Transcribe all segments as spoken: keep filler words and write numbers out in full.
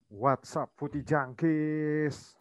What's up, Putih Jangkis?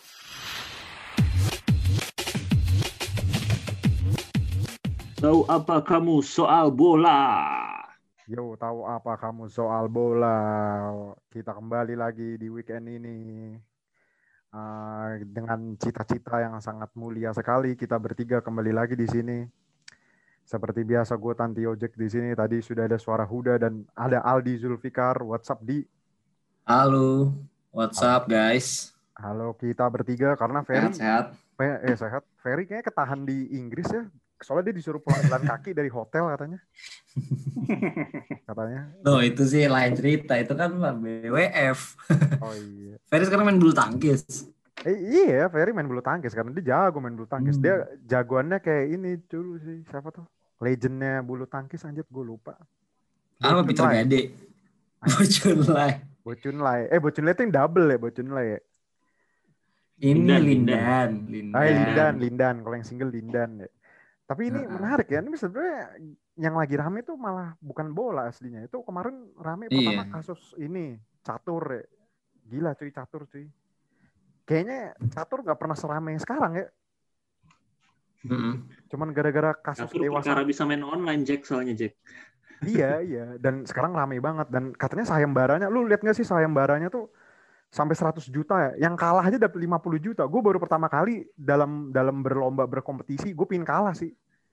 Tahu apa kamu soal bola? Yo, tahu apa kamu soal bola? Kita kembali lagi di weekend ini uh, dengan cita-cita yang sangat mulia sekali. Kita bertiga kembali lagi di sini. Seperti biasa, gue Tanti Ojek di sini. Tadi sudah ada suara Huda dan ada Aldi Zulfikar. What's up, Di? Halo, what's Halo, up guys? halo kita bertiga karena Ferry Sehat-sehat? eh sehat. Ferry kayaknya ketahan di Inggris ya. Soalnya dia disuruh pulang jalan kaki dari hotel katanya. Katanya. Loh itu sih lain cerita, itu kan B W F. Oh iya. Ferry sekarang main bulu tangkis. Eh, iya, Ferry main bulu tangkis karena dia jago main bulu tangkis. Dia Hmm. jagoannya kayak ini dulu sih, siapa tuh? Legendnya bulu tangkis anjir gue lupa. Apa Bocun Peter Lai. Gade? Bocun Lai. Bocun Lai. Eh Bocun Lai itu yang double ya, Bocun Lai ya. Ini Lindan, Lindan, Ah, Lindan. Lindan, Lindan. Kalau yang single Lindan ya. Tapi ini Uh-uh. menarik ya. Ini sebenarnya yang lagi rame tuh malah bukan bola aslinya. Itu kemarin rame pertama Iya. kasus ini catur ya. Gila cuy, catur cuy. Kayaknya catur nggak pernah seramai sekarang ya. Mm-mm. Cuman gara-gara kasus Catur Dewa perkara Sam- bisa main online, Jack, soalnya Jack. Iya, iya. Dan sekarang rame banget. Dan katanya sayembaranya, lu lihat nggak sih sayembaranya tuh sampai seratus juta ya. Yang kalah aja dapat lima puluh juta. Gue baru pertama kali dalam dalam berlomba berkompetisi, gue pingin kalah sih.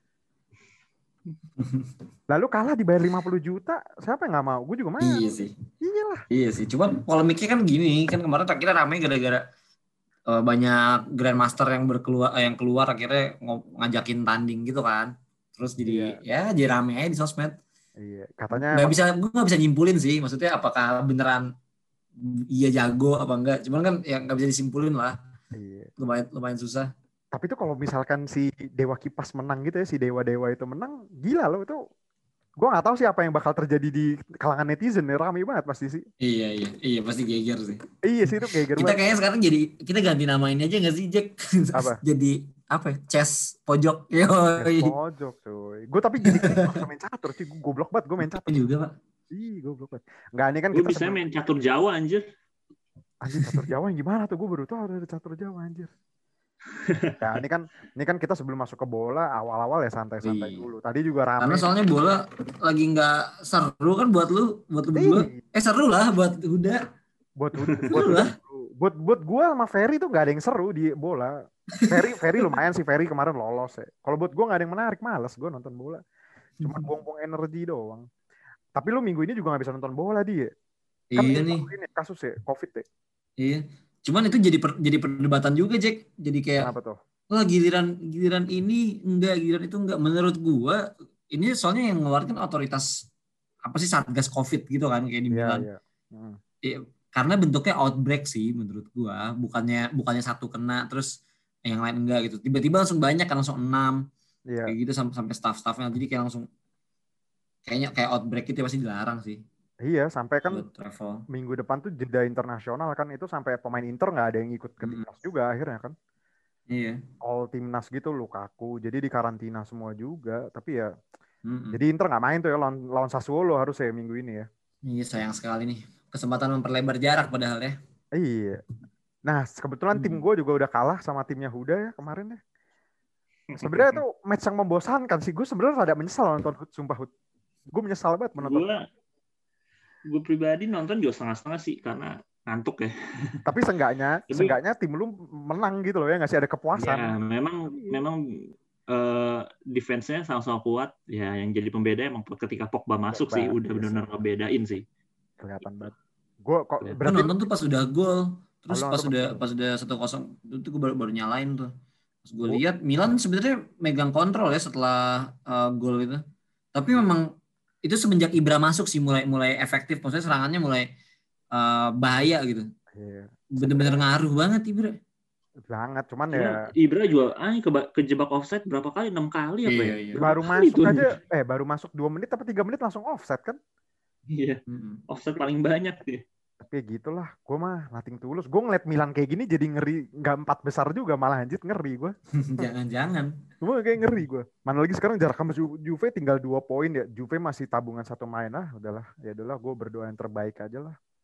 Lalu kalah dibayar lima puluh juta, siapa yang nggak mau? Gue juga mau. Iya sih. Iyalah. Iya sih. Cuman polemiknya kan gini, kan kemarin akhirnya rame gara-gara uh, banyak grandmaster yang berkeluar, eh, yang keluar akhirnya ng- ngajakin tanding gitu kan. Terus jadi Iya. ya jadi rame aja di sosmed. Iya. Katanya Nggak emang bisa, gue nggak bisa nyimpulin sih. Maksudnya apakah beneran iya jago apa enggak? Cuman kan ya nggak bisa disimpulin lah. iya. Lumayan lumayan susah. Tapi tuh kalau misalkan si Dewa Kipas menang gitu ya, si Dewa-Dewa itu menang, gila loh itu. Gue nggak tahu sih apa yang bakal terjadi di kalangan netizen ya, rame banget pasti sih. Iya iya iya pasti geger sih. Iya sih itu geger Kita banget. kayaknya sekarang jadi kita ganti nama ini aja nggak sih Jack? Apa? Jadi apa? Ya? Chess pojok. Yes, Yoi. pojok cuy. Gue tapi gini-gini gue bisa main catur cuy. Gue goblok banget gue main catur. Juga Pak. Ih goblok banget. Enggak ini kan Gue kita bisa sebelum... main catur Jawa, anjir. Anjir catur Jawa yang gimana tuh? Gue baru tahu ada catur Jawa anjir. Nah ini kan ini kan kita sebelum masuk ke bola awal-awal ya santai-santai Iya. dulu. Tadi juga rame. Karena soalnya bola lagi nggak seru kan buat lu, buat lu berdua. Ih, Eh seru lah buat Huda. buat buat Seru buat lah. buat buat gue sama Ferry tuh gak ada yang seru di bola. Ferry Ferry lumayan sih, Ferry kemarin lolos ya. Kalau buat gue gak ada yang menarik, males gue nonton bola. Cuma buang-buang energi doang. Tapi lu minggu ini juga gak bisa nonton bola dia. Kan Iya nih. ini kasus ya, COVID ya. Iya. Cuman itu jadi per, jadi perdebatan juga Jack. Jadi kayak Kenapa tuh? wah giliran giliran ini enggak, giliran itu enggak. Menurut gua ini soalnya yang ngeluarin otoritas apa sih Satgas Covid gitu kan kayak Iya, dibilang. iya. Hmm. Ya, karena bentuknya outbreak sih menurut gua, bukannya bukannya satu kena terus yang lain enggak gitu. Tiba-tiba langsung banyak kan langsung enam. Iya. Kayak gitu sampai sampai staff-staffnya jadi kayak langsung kayaknya kayak outbreak itu pasti dilarang sih Iya, sampai kan buat travel. minggu depan tuh jeda internasional kan itu sampai pemain Inter nggak ada yang ikut ke Mm-mm. timnas juga akhirnya kan. Iya. All timnas gitu Lukaku, jadi di karantina semua juga. Tapi ya, Mm-mm. jadi Inter nggak main tuh ya lawan, lawan Sassuolo harus ya minggu ini ya. Iya sayang sekali nih kesempatan memperlebar jarak padahal ya. Iya. Nah kebetulan tim Mm-mm. gue juga udah kalah sama timnya Huda ya kemarin ya. Sebenarnya tuh match yang membosankan sih. Gue sebenarnya rada menyesal nonton Hud, sumpah Hud. Gue menyesal banget menonton. Gue gue pribadi nonton juga setengah-setengah sih karena ngantuk ya. Tapi seenggaknya, Tapi- seenggaknya tim lu menang gitu loh ya, nggak sih ada kepuasan. Ya, memang memang eh, defense-nya sama-sama kuat. Ya, yang jadi pembeda emang ketika Pogba masuk sih Pogba, udah iya benar-benar sih. ngebedain sih. Kelihatan banget. Gue kok Gue Gue berarti nonton tuh pas udah gol, terus Oh, lu pas nonton udah pas- pas udah satu kosong itu gue baru baru nyalain tuh. Pas gue Oh. lihat Milan sebenarnya megang kontrol ya setelah uh, gol itu. Tapi memang itu semenjak Ibra masuk sih mulai mulai efektif, maksudnya serangannya mulai uh, bahaya gitu. Iya. Bener-bener ngaruh banget Ibra. Banget, cuman Cuman ya Ibra juga ah, keba- kejebak offside berapa kali? enam kali apa ya? Iya, iya. Berapa baru kali masuk tuh? aja, eh baru masuk dua menit apa tiga menit langsung offset kan? Iya, Mm-mm. offside paling banyak sih. Tapi ya gitulah, gue mah nothing tulus. Gue ngeliat Milan kayak gini jadi ngeri, nggak empat besar juga malah anjir ngeri gue. Jangan-jangan. Gue kayak ngeri gue. Mana lagi sekarang jarak sama Ju- Juve tinggal dua poin ya. Juve masih tabungan satu main lah, udahlah. Ya udahlah, gue berdoa yang terbaik aja lah.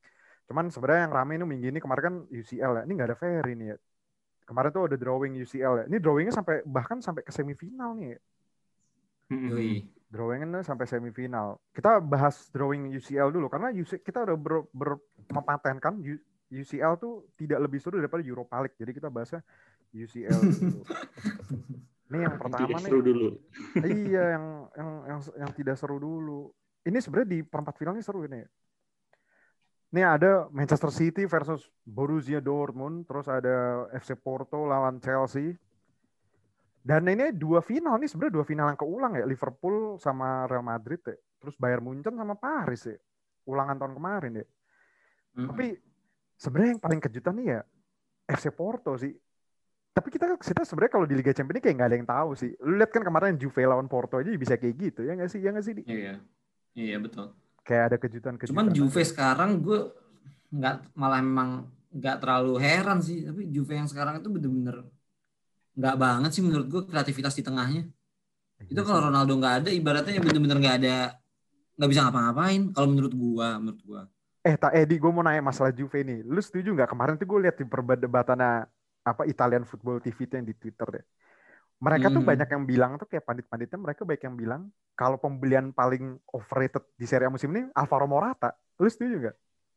Cuman sebenarnya yang rame ini minggu ini kemarin kan U C L ya. Ini nggak ada Ferry nih ya. Kemarin tuh ada drawing U C L ya. Ini drawingnya sampai bahkan sampai ke semifinal nih. Ya. Yoi. Drawingnya sampai semifinal. Kita bahas drawing U C L dulu karena U C, kita udah ber, ber, mempatenkan U C L tuh tidak lebih seru daripada Europa League. Jadi kita bahasnya U C L dulu. Ini yang pertama tidak nih. Seru dulu. Iya, yang yang yang yang tidak seru dulu. Ini sebenarnya di perempat finalnya seru ini. Ini ada Manchester City versus Borussia Dortmund, terus ada F C Porto lawan Chelsea. Dan ini dua final nih sebenarnya dua final yang keulang ya, Liverpool sama Real Madrid ya. Terus Bayern Munchen sama Paris ya. Ulangan tahun kemarin ya. Mm-hmm. Tapi sebenarnya yang paling kejutan nih ya F C Porto sih. Tapi kita kita sebenarnya kalau di Liga Champions ini kayak nggak ada yang tahu sih. Lu lihat kan kemarin Juve lawan Porto aja bisa kayak gitu ya nggak sih? Ya nggak sih? Di? Iya, iya betul. Kayak ada kejutan-kejutan. Cuman Juve aja. Sekarang gue nggak malah memang nggak terlalu heran sih. Tapi Juve yang sekarang itu bener-bener nggak banget sih menurut gue kreativitas di tengahnya. Iya, itu kalau Ronaldo nggak ada, ibaratnya bener-bener nggak ada, nggak bisa ngapa-ngapain. Kalau menurut gue, menurut gue. Eh, tak Edi, gue mau nanya masalah Juve nih. Lu setuju nggak kemarin tuh gue lihat di perdebatannya apa Italian Football T V itu yang di Twitter deh. Mereka hmm. tuh banyak yang bilang tuh kayak pandit-panditnya mereka banyak yang bilang kalau pembelian paling overrated di Serie A musim ini Alvaro Morata. Lu setuju nggak?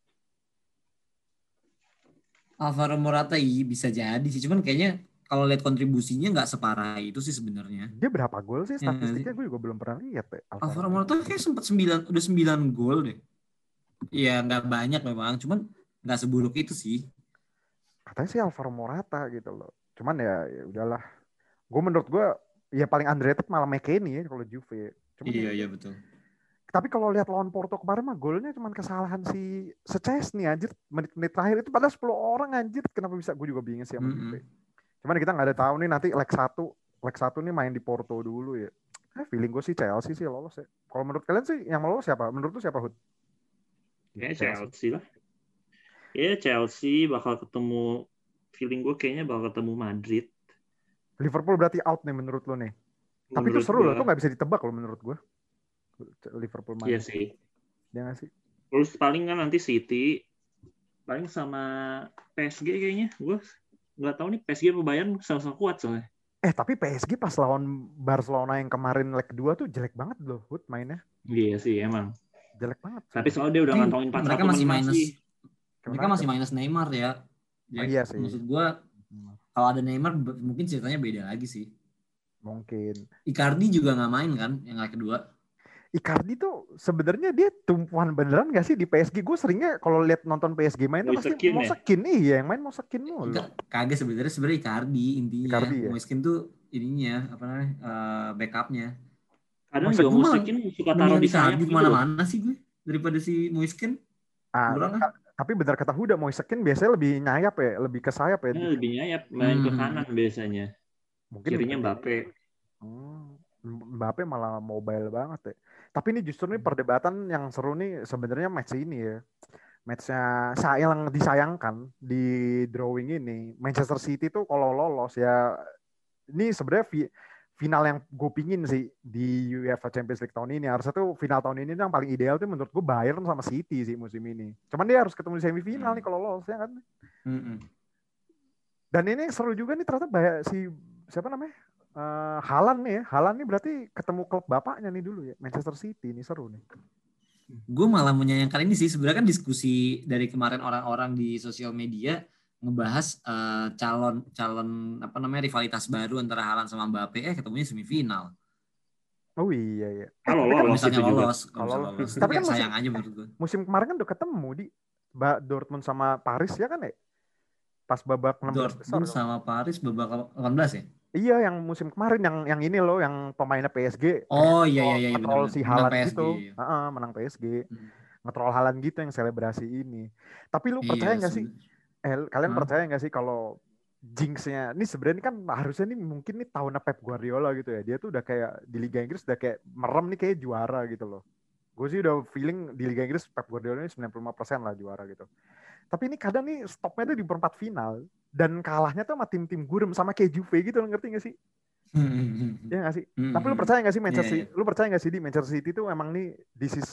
Alvaro Morata iya bisa jadi sih, cuman kayaknya kalau lihat kontribusinya nggak separah itu sih sebenarnya. Dia berapa gol sih statistiknya? Ya, gue juga belum pernah lihat deh. Alvaro, Alvaro Morata kayak sempat sembilan, udah sembilan gol deh. Iya nggak banyak memang, cuman nggak seburuk itu sih. Katanya sih Alvaro Morata gitu loh. Cuman ya, ya udahlah. Gue menurut gue ya paling underrated malah McKennie ya kalau Juve. Cuman iya ya, iya betul. Tapi kalau lihat lawan Porto kemarin mah golnya cuma kesalahan si Szczesny anjir menit-menit terakhir itu padahal sepuluh orang anjir kenapa bisa gue juga bingung sih sama Juve. Mm-hmm. Cuman kita nggak ada tahu nih nanti leg satu leg satu nih main di Porto dulu ya. Eh, feeling gue sih Chelsea sih lolos ya. Kalau menurut kalian sih yang lolos siapa? Menurut lu siapa Hud? Ya Chelsea. Chelsea lah. Ya Chelsea bakal ketemu, feeling gue kayaknya bakal ketemu Madrid. Liverpool berarti out nih menurut lo nih. Menurut Tapi itu seru loh, tuh nggak bisa ditebak loh menurut gue. Liverpool main. Iya sih. Dia nggak sih? Terus paling kan nanti City, paling sama P S G kayaknya. Gue nggak tahu nih P S G apa Bayern sama-sama kuat soalnya. Eh tapi P S G pas lawan Barcelona yang kemarin leg dua tuh jelek banget loh Hud mainnya. Iya sih emang. Jelek banget. Tapi soalnya dia udah ngantongin empat satu. Mereka masih minus. Sih. Mereka masih minus Neymar ya. Ya oh, iya sih. Maksud gue kalau ada Neymar mungkin ceritanya beda lagi sih. Mungkin. Icardi juga nggak main kan yang leg kedua. Icardi tuh sebenarnya dia tumpuan beneran gak sih di P S G? Gue seringnya kalau lihat nonton P S G main tuh pasti mau skin nih ya, yang main mau skin mulu. Kagak sebenarnya sebenarnya Icardi intinya. Icardi, ya? Mau skin tuh ininya apa namanya uh, backupnya. Kadang juga mau skin suka taruh di sayap gitu. Mana-mana sih gue daripada si Moiskin. Ah, ka- tapi benar kata Huda Moiskin biasanya lebih nyayap ya, lebih ke sayap ya. Ya, lebih nyayap, main hmm. ke kanan biasanya. Mungkin kirinya Mbappe. Hmm. Mbappe malah mobile banget ya. Tapi ini justru nih perdebatan yang seru nih sebenarnya match ini ya. Matchnya sayang disayangkan di drawing ini. Manchester City tuh kalau lolos ya ini sebenarnya fi, final yang gue pingin sih di UEFA Champions League tahun ini. Harusnya tuh final tahun ini yang paling ideal tuh menurut gue Bayern sama City sih musim ini. Cuman dia harus ketemu di semifinal hmm. nih kalau lolos ya kan. Hmm. Dan ini seru juga nih ternyata banyak si siapa namanya? Uh, Haaland nih ya, Haaland nih berarti ketemu klub bapaknya nih dulu ya, Manchester City ini seru nih. Gue malah menyayangkan ini sih, sebenarnya kan diskusi dari kemarin orang-orang di sosial media ngebahas uh, calon calon apa namanya rivalitas baru antara Haaland sama Mbappe, eh ketemunya semifinal. Oh iya iya. Kalau eh, lolos, misalnya lolos, kalau lolos. lolos. Tapi kan musim, sayang aja menurut gue. Musim kemarin kan udah ketemu di Dortmund sama Paris ya kan ya? Pas babak enam belas besar. Dortmund sama kan? Paris babak delapan belas ya? Iya, yang musim kemarin yang yang ini loh, yang pemainnya P S G. Oh iya iya iya. Ngetrol si Haaland gitu. Iya. Uh-uh, menang P S G. Hmm. Ngetrol Haaland gitu yang selebrasi ini. Tapi lu iya, percaya nggak sih? Eh, kalian hmm. percaya nggak sih kalau jinx-nya? Ini sebenarnya kan harusnya nih mungkin nih tahunnya Pep Guardiola gitu ya. Dia tuh udah kayak di Liga Inggris udah kayak merem nih kayak juara gitu loh. Gue sih udah feeling di Liga Inggris Pep Guardiola ini sembilan puluh lima persen lah juara gitu. Tapi ini kadang nih stopnya tuh di perempat final. Dan kalahnya tuh sama tim-tim gurem sama kayak Juve gitu, lo ngerti gak sih? Hmm. Ya gak sih? Hmm. Tapi lu percaya gak sih Manchester City? Yeah, yeah. Lu percaya gak sih di Manchester City tuh emang nih this is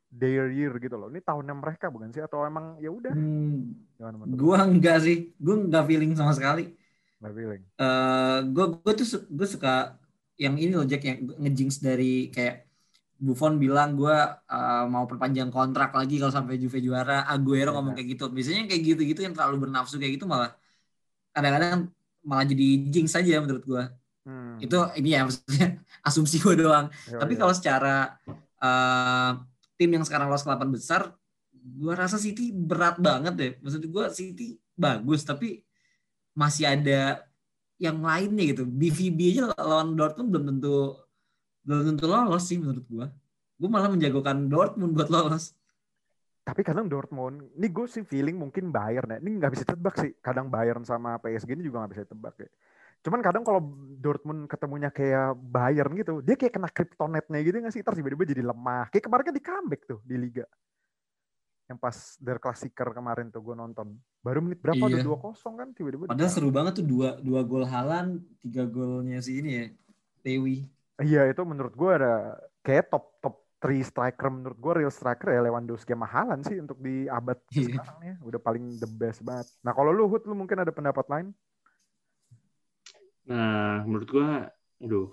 their year gitu loh. Ini tahunnya mereka bukan sih? Atau emang ya udah? Hmm, Gimana menurut lu? gua enggak sih, gua enggak feeling sama sekali. Nggak feeling. Eh, gue gue tuh su- gue suka yang ini loh Jack, yang ngejinx dari kayak Buffon bilang gue uh, mau perpanjang kontrak lagi kalau sampai Juve juara. Aguero ngomong Ya. kayak gitu. Biasanya kayak gitu-gitu yang terlalu bernafsu kayak gitu malah kadang-kadang malah jadi jinx saja menurut gue. Hmm. Itu ini ya maksudnya asumsi gue doang. Yo, Tapi yo. kalau secara uh, tim yang sekarang lolos ke delapan besar, gue rasa City berat banget deh. Maksud gue City bagus tapi masih ada yang lainnya gitu. B V B aja lawan Dortmund belum tentu belum tentu lolos sih menurut gue. Gue malah menjagokan Dortmund buat lolos. Tapi kadang Dortmund, ini gue sih feeling mungkin Bayern ya. Ini nggak bisa tebak sih. Kadang Bayern sama P S G ini juga nggak bisa tebak ya. Cuman kadang kalau Dortmund ketemunya kayak Bayern gitu, dia kayak kena kryptonetnya gitu nggak sih? Ntar tiba-tiba jadi lemah. Kayak kemarin kan di comeback tuh di Liga. Yang pas Der Klassiker kemarin tuh gue nonton. Baru menit berapa Iya. udah dua kosong kan tiba-tiba. Padahal seru banget tuh dua dua gol Haaland, tiga golnya si ini ya, Tewi. Iya itu menurut gue ada kayak top top three striker menurut gue real striker ya Lewandowski sama Haaland sih untuk di abad Iya. sekarang ya. Udah paling the best banget. Nah kalau lu Hud, lu mungkin ada pendapat lain? Nah, menurut gua, aduh,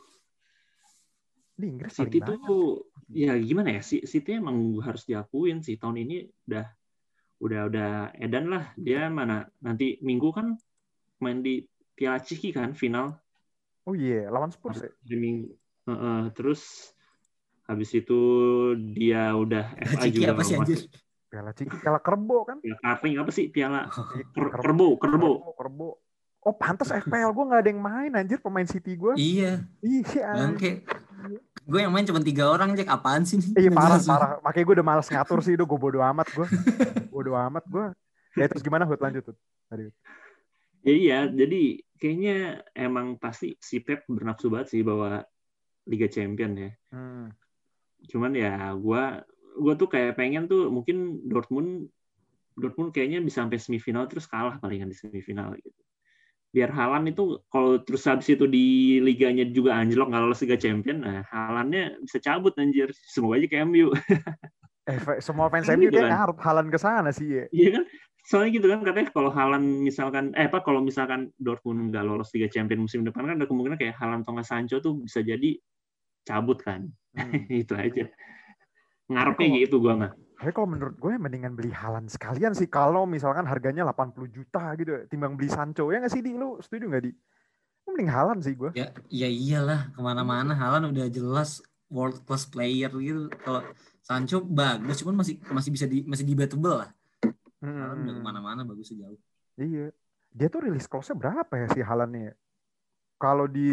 Di Inggris City paling tuh banyak. ya gimana ya? City emang harus diakuin sih tahun ini udah udah udah edan lah. Dia mana nanti Minggu kan main di Piala Ciki kan final. Oh iya, yeah. Lawan Spurs ya? Di Minggu. Uh-uh. Terus habis itu dia udah F A Ciki juga apa sih anjir? Piala Ciki, Piala Kerbo kan? Piala Karling apa sih? Piala Ker- Kerbo, Kerbo. Kerbo. Oh pantas F P L gue nggak ada yang main anjir pemain City gue. Iya. Iya. Bangke. Gue yang main cuma tiga orang Jack, apaan sih? Iya parah parah. Makanya gue udah malas ngatur sih, udah gue bodo amat gue. Bodo amat gue. Ya terus gimana Hud lanjut Hud? Tadi. Ya iya, jadi kayaknya emang pasti si Pep bernafsu banget sih bawa Liga Champion ya. Hmm. Cuman ya gue gue tuh kayak pengen tuh mungkin Dortmund Dortmund kayaknya bisa sampai semifinal terus kalah palingan di semifinal gitu. Biar Haaland itu kalau terus habis itu di liganya juga anjlok nggak lolos Liga Champion, nah Haalandnya bisa cabut anjir. Semoga aja ke M U. Eh semua fans Kan M U gitu kayak kan? ngarep Haaland ke sana sih ya. Iya kan? Soalnya gitu kan katanya kalau Haaland misalkan eh apa kalau misalkan Dortmund nggak lolos Liga Champion musim depan kan ada kemungkinan kayak Haaland atau nggak Sancho tuh bisa jadi cabut kan. Hmm. Itu aja. Ngarepnya kalau, gitu gua mah. Tapi kalau menurut gue mendingan beli Haaland sekalian sih kalau misalkan harganya delapan puluh juta gitu timbang beli Sancho. Ya nggak sih Di? Lu setuju nggak Di? Mending Haaland sih gue. Ya, ya iyalah kemana-mana Haaland udah jelas world class player gitu. Kalau Sancho bagus, cuman masih masih bisa di masih debatable lah. Hmm. Haaland udah kemana-mana bagus sejauh. Iya. Dia tuh release clause-nya berapa ya si Haaland nih? Kalau di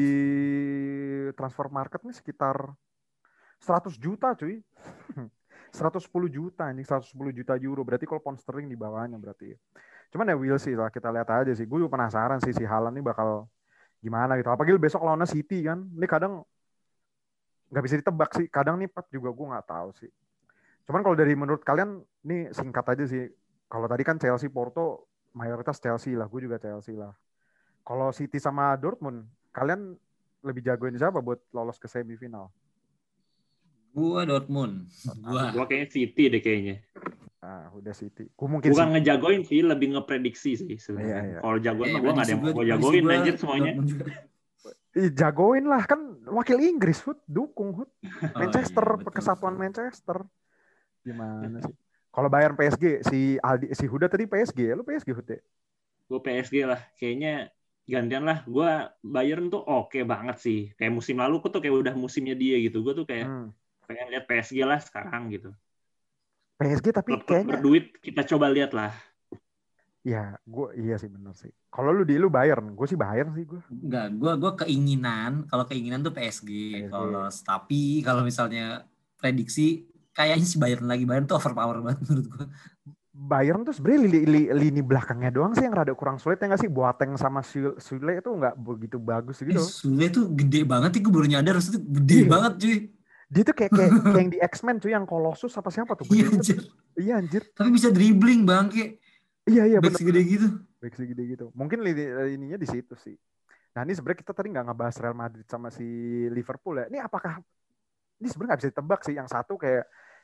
transfer market nih sekitar seratus juta cuy. seratus sepuluh juta anjing, seratus sepuluh juta euro. Berarti kalau pound sterling di bawahnya berarti. Cuman ya will sih lah, kita lihat aja sih. Gue juga penasaran sih si Haaland nih bakal gimana gitu. Apalagi besok lawannya City kan. Ini kadang nggak bisa ditebak sih. Kadang nih Pep juga gue nggak tahu sih. Cuman kalau dari menurut kalian, nih singkat aja sih. Kalau tadi kan Chelsea, Porto, mayoritas Chelsea lah. Gue juga Chelsea lah. Kalau City sama Dortmund, kalian lebih jagoin siapa buat lolos ke semifinal? Gua Dortmund. Gua. Gua kayaknya City deh kayaknya. Ah, udah City. Gua mungkin bukan City. ngejagoin sih, lebih ngeprediksi sih sebenarnya. Iya, iya. Kalau jagoin Eh, mah gua nggak ada yang mau gua jagoin gua anjir semuanya. Ih, jagoin lah kan wakil Inggris Hud, dukung Hud. Manchester, oh, iya, betul, kesatuan betul. Manchester. Gimana sih? Kalau Bayern P S G, si Aldi, si Huda tadi P S G, lu P S G Hud ya? Gue P S G lah, kayaknya gantian lah. Gue Bayern tuh oke okay banget sih. Kayak musim lalu tuh kayak udah musimnya dia gitu. Gue tuh kayak hmm. pengen lihat P S G lah sekarang gitu. P S G tapi klub kayaknya berduit kita coba lihat lah. Ya, gue iya sih benar sih. Kalau lu di lu Bayern, gue sih Bayern sih gue. Enggak, gue gue keinginan. Kalau keinginan tuh P S G. Kalau tapi kalau misalnya prediksi kayaknya sih Bayern lagi. Bayern tuh overpower banget menurut gue. Bayern tuh sebenarnya lini, lini, lini belakangnya doang sih yang rada kurang sulit ya nggak sih? Boateng sama Sule itu nggak begitu bagus gitu. Eh, Sule tuh gede banget, gue baru nyadar itu gede iya. banget cuy. Dia tuh kayak kayak, kayak yang di X-Men cuy, yang Colossus apa siapa tuh? Iya anjir. Iya anjir. Tapi bisa dribbling bang kayak. Iya iya bener. Back segede gitu. Back segede gitu. Mungkin lini, ininya di situ sih. Nah ini sebenarnya kita tadi nggak ngebahas Real Madrid sama si Liverpool ya. Ini apakah ini sebenarnya nggak bisa ditebak sih. Yang satu kayak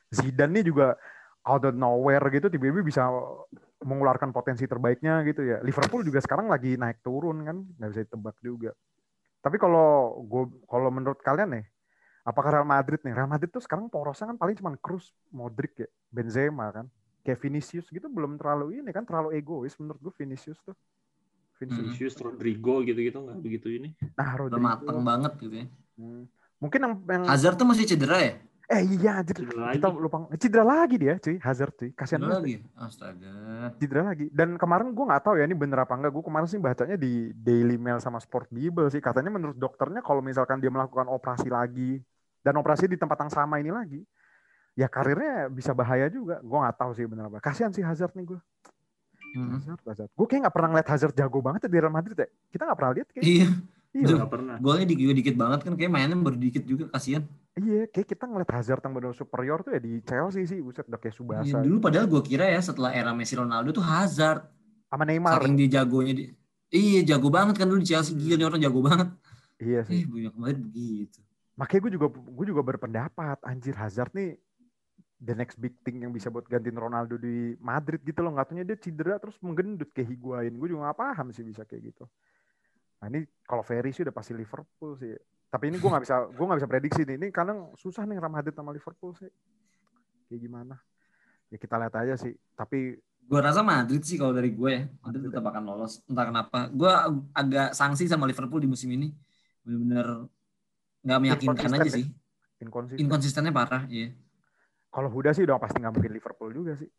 Zidane nih juga out of nowhere gitu tiba-tiba bisa mengeluarkan potensi terbaiknya gitu ya. Liverpool juga sekarang lagi naik turun kan, nggak bisa ditebak juga. Tapi kalau gue, kalau menurut kalian nih, apakah Real Madrid nih? Real Madrid tuh sekarang porosnya kan paling cuma Kroos, Modric ya, Benzema kan. Kayak Vinicius gitu belum terlalu ini kan, terlalu egois menurut gue Vinicius tuh. Vinicius, Vinicius, Rodrigo gitu-gitu nggak begitu ini. nah Udah Rodrigo. mateng banget gitu ya. Hmm. Mungkin yang, yang Hazard tuh masih cedera ya? eh iya anjir, Cedera kita lagi. lupa cedera lagi dia cuy, Hazard cuy. Kasihan Cedera banget. lagi? Astaga. Cedera lagi. Dan kemarin gue nggak tahu ya ini bener apa enggak. Gue kemarin sih bacanya di Daily Mail sama Sport Bible sih. Katanya menurut dokternya kalau misalkan dia melakukan operasi lagi dan operasi di tempat yang sama ini lagi, ya karirnya bisa bahaya juga. Gue nggak tahu sih bener apa. Kasihan sih Hazard nih gue. Hmm. Hazard, Hazard. Gue kayak nggak pernah ngeliat Hazard jago banget ya di Real Madrid ya. Kita nggak pernah lihat kayak. Iya. Iya. Betul. Nggak pernah. Golnya dikit, dikit banget kan, kayak mainnya baru dikit juga, kasihan. Iya, kayak kita ngeliat Hazard yang benar superior tuh ya di Chelsea sih. Buset, udah kayak Subasa. Iya, dulu padahal gue kira ya setelah era Messi Ronaldo tuh Hazard. Sama Neymar. Saking dia jagonya. Di... Iya, jago banget kan dulu di Chelsea. Gila nih orang jago banget. Iya sih. Eh, banyak banget begitu. Makanya gue juga gue juga berpendapat anjir Hazard nih the next big thing yang bisa buat gantiin Ronaldo di Madrid gitu loh. Nggak taunya dia cedera terus menggendut kayak Higuain. Gue juga nggak paham sih bisa kayak gitu. Nah ini kalau Ferry sih udah pasti Liverpool sih. Tapi ini gue nggak bisa gue nggak bisa prediksi nih. Ini kadang susah nih Real Madrid sama Liverpool sih. Kayak gimana? Ya kita lihat aja sih. Tapi gue rasa Madrid sih kalau dari gue ya. Madrid tetap akan lolos. Entah kenapa. Gue agak sanksi sama Liverpool di musim ini. Benar-benar nggak meyakinkan aja sih. Inkonsisten. Inkonsistennya parah, iya. Kalau Huda sih udah pasti nggak mungkin Liverpool juga sih.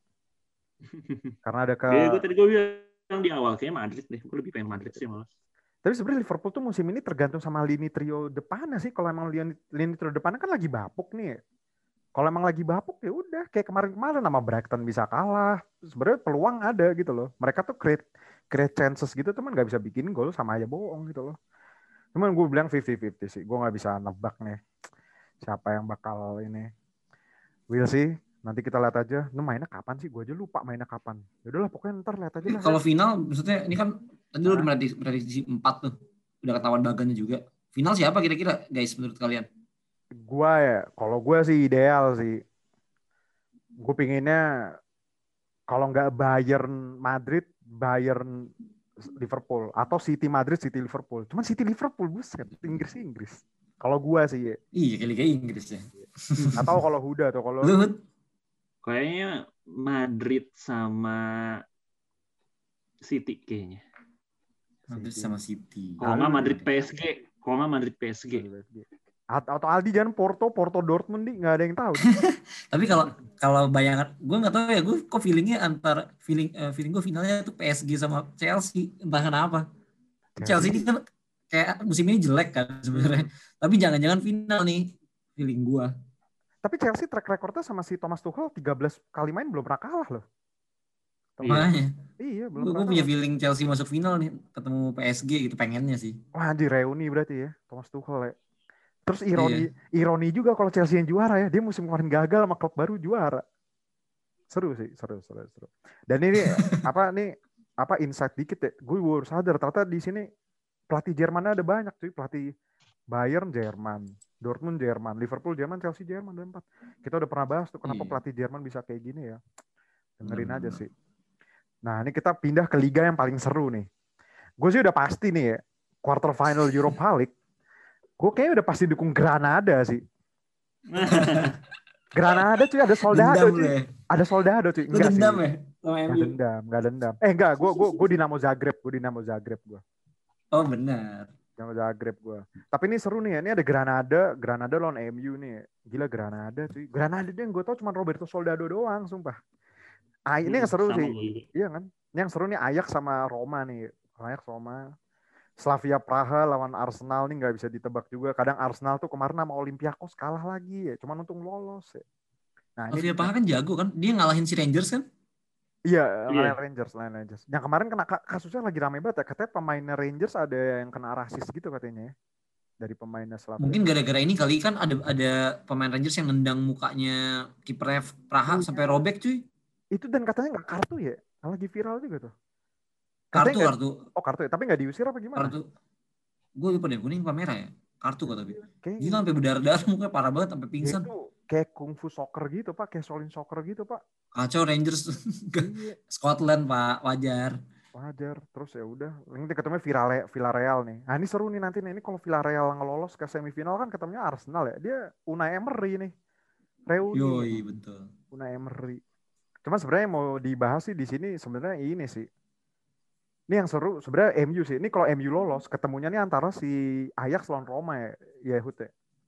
Karena ada ke. Dia gue tadi gue bilang di awal kayaknya Madrid deh. Gue lebih pengen Madrid sih malah. Tapi sebenarnya Liverpool tuh musim ini tergantung sama lini trio depannya sih. Kalau emang lini, lini trio depannya kan lagi bapuk nih. Kalau emang lagi bapuk ya udah kayak kemarin-kemarin sama Brighton bisa kalah. Sebenarnya peluang ada gitu loh. Mereka tuh create create chances gitu teman nggak bisa bikin gol sama aja bohong gitu loh. Cuman gue bilang fifty fifty sih. Gue nggak bisa nebak nih siapa yang bakal ini. Will sih. Nanti kita lihat aja. Ini mainnya kapan sih? Gue aja lupa mainnya kapan. Yaudahlah pokoknya ntar lihat aja lah. Kalau final maksudnya ini kan tadi lu udah prediksi empat tuh. Udah ketahuan bagannya juga. Final siapa kira-kira guys menurut kalian? Gua ya, kalau gue sih ideal sih. Gue pinginnya kalau nggak Bayern Madrid, Bayern Liverpool atau City Madrid, City Liverpool. Cuman City Liverpool buset, Inggris Inggris. Kalau gue sih ya. Iya, kayak Liga Inggris ya. Atau kalau Huda atau kalau Luhut. Kayaknya Madrid sama City kayaknya. Madrid sama City. Kalau nggak Madrid P S G, kalau nggak Madrid P S G. Atau Aldi jangan Porto, Porto Dortmund nih nggak ada yang tahu. Tapi kalau kalau bayangan, gue nggak tahu ya, gue kok feelingnya antara feeling uh, feeling gue finalnya tuh P S G sama Chelsea, entah kenapa. Chelsea, Chelsea ini kan kayak musim ini jelek kan sebenarnya. Hmm. Tapi jangan-jangan final nih feeling gue. Tapi Chelsea track recordnya sama si Thomas Tuchel tiga belas kali main belum pernah kalah loh. Makanya. Iya, belum gue punya feeling Chelsea masuk final nih ketemu P S G gitu, pengennya sih. Wah, di reuni berarti ya Thomas Tuchel ya. Terus ironi iya. ironi juga kalau Chelsea yang juara ya, dia musim kemarin gagal sama klub baru juara. Seru sih, seru seru seru. Dan ini apa nih apa insight dikit ya. Gue baru sadar ternyata di sini pelatih Jerman ada banyak cuy, pelatih Bayern Jerman, Dortmund Jerman, Liverpool Jerman, Chelsea Jerman ada empat. Kita udah pernah bahas tuh kenapa iya. pelatih Jerman bisa kayak gini ya. Dengerin hmm. aja sih. Nah, ini kita pindah ke liga yang paling seru nih. Gue sih udah pasti nih ya, quarter final Europa League. Gue kayaknya udah pasti dukung Granada sih. Granada cuy, ada Soldado cuy. Ya? Ada Soldado cuy. Enggak sih. Dendam ya? Enggak dendam, enggak dendam. Eh enggak, gue gue gue Dinamo Zagreb, gue Dinamo Zagreb gue. Oh benar. Dinamo Zagreb gue. Tapi ini seru nih ya, ini ada Granada, Granada lawan M U nih. Gila Granada cuy. Granada dia yang gue tau cuma Roberto Soldado doang, sumpah. Ah, ini yang seru sih. Iya kan? Ini yang seru nih Ajax sama Roma nih. Ajax Roma. Slavia Praha lawan Arsenal nih nggak bisa ditebak juga. Kadang Arsenal tuh kemarin sama Olympiakos kalah lagi ya. Cuman untung lolos ya. Nah, Slavia Praha kan jago kan? Dia ngalahin si Rangers kan? Iya, ngalahin yeah. Rangers, ngalahin Rangers. Yang kemarin kena kasusnya lagi rame banget ya. Katanya pemainnya Rangers ada yang kena rasis gitu katanya ya. Dari pemainnya Slavia. Mungkin gara-gara ini kali kan ada ada pemain Rangers yang nendang mukanya kipernya Praha oh, sampai ya. robek cuy. Itu dan katanya nggak kartu ya. Lagi viral juga tuh. Kartu, gak, kartu. Oh kartu ya, tapi nggak diusir apa gimana? Kartu. Gue lupa deh, kuning apa merah ya? Kartu kok tapi. Gila sampai berdarah-darah mukanya parah banget sampai pingsan. Itu kayak kungfu soccer gitu Pak, kayak Shaolin soccer gitu Pak. Kacau Rangers Iya. Scotland Pak, wajar. Wajar. Terus ya udah, nanti ketemunya Villarreal, Villarreal nih. Nah ini seru nih nanti nih. Ini kalau Villarreal ngelolos ke semifinal kan ketemunya Arsenal ya. Dia Unai Emery nih. Reuni. Yoi, betul. Unai Emery. Cuma sebenarnya mau dibahas sih di sini sebenarnya ini sih. Ini yang seru sebenarnya M U sih. Ini kalau M U lolos ketemunya nih antara si Ajax lawan Roma ya, ya Hut ya.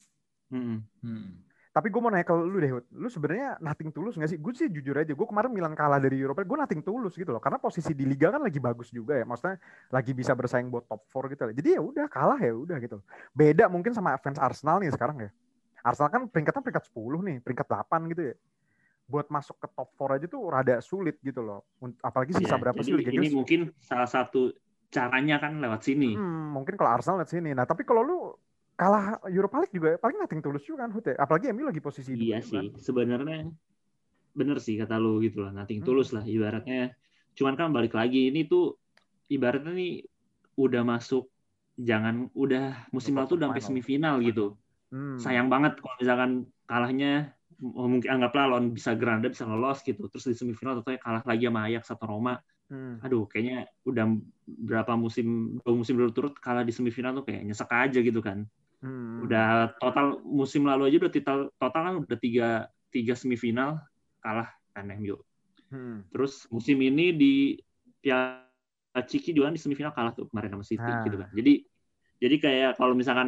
Hmm. Hmm. Tapi gue mau nanya ke lu deh, Hut. Lu sebenarnya nothing tulus nggak sih? Gue sih jujur aja, gue kemarin Milan kalah dari Eropa, gue nothing tulus gitu loh. Karena posisi di Liga kan lagi bagus juga ya. Maksudnya lagi bisa bersaing buat top empat gitu loh. Jadi ya udah kalah ya udah gitu. Beda mungkin sama fans Arsenal nih sekarang ya. Arsenal kan peringkatnya peringkat sepuluh nih, peringkat delapan gitu ya. Buat masuk ke top empat aja tuh rada sulit gitu loh. Apalagi sisa Ya, berapa jadi sih Liga ini Inggris? mungkin salah satu caranya kan lewat sini. Hmm, mungkin kalau Arsenal lihat sini. Nah, tapi kalau lu kalah Europa League juga paling nothing tulus juga kan, Hut ya. Apalagi M U lagi posisi Iya dua sih, kan. sebenarnya bener sih kata lu gitu lah, nothing Hmm. tulus lah ibaratnya. Cuman kan balik lagi ini tuh ibaratnya nih udah masuk, jangan udah musim lalu tuh udah sampai semifinal gitu. Hmm. Sayang banget kalau misalkan kalahnya, mungkin anggaplah lawan bisa Granada bisa lolos gitu, terus di semifinal tentunya kalah lagi sama Ajax atau Roma. Hmm. Aduh, kayaknya udah berapa musim, dua musim berturut kalah di semifinal tuh kayak nyesek aja gitu kan. Hmm. Udah total musim lalu aja udah total total kan udah tiga tiga semifinal kalah kan M U. Hmm. Terus musim ini di Piala Ciki juga di semifinal kalah tuh kemarin sama City Nah. gitu kan. Jadi jadi kayak kalau misalkan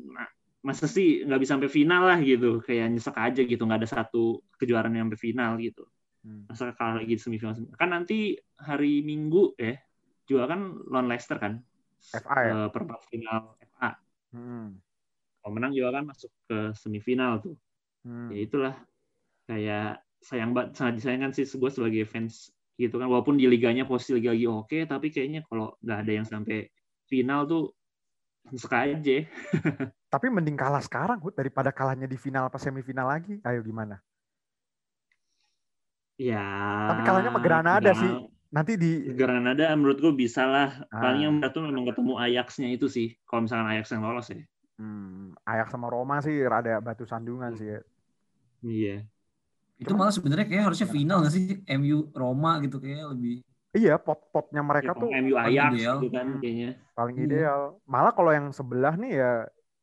masa sih nggak bisa sampai final lah gitu, kayak nyesek aja gitu, nggak ada satu kejuaraan yang sampai final gitu. Masa kalah lagi di semifinal. Kan nanti hari Minggu ya juga kan lawan Leicester kan. F A ya? Perempat final F A. Hmm. Kalau menang juga kan masuk ke semifinal tuh. Hmm. Ya itulah, kayak sayang banget, sangat disayangkan sih gue sebagai fans gitu kan. Walaupun di liganya posisi lagi-lagi oke, tapi kayaknya kalau nggak ada yang sampai final tuh suka aja. Tapi mending kalah sekarang, Hut, daripada kalahnya di final pas semifinal lagi. Ayo gimana? Ya. Tapi kalahnya sama Granada sih. Nanti di Granada menurut gue bisa lah. Ah. Paling yang berat tuh memang ketemu Ajax-nya itu sih. Kalau misalkan Ajax yang lolos ya. Hmm, Ajax sama Roma sih rada batu sandungan hmm. sih ya. Iya. Itu malah sebenarnya kayak harusnya final nggak sih? M U Roma gitu kayak lebih. Iya, pot-potnya mereka ya, tuh M U Ajax gitu kan kayaknya. Paling ideal. Iya. Malah kalau yang sebelah nih ya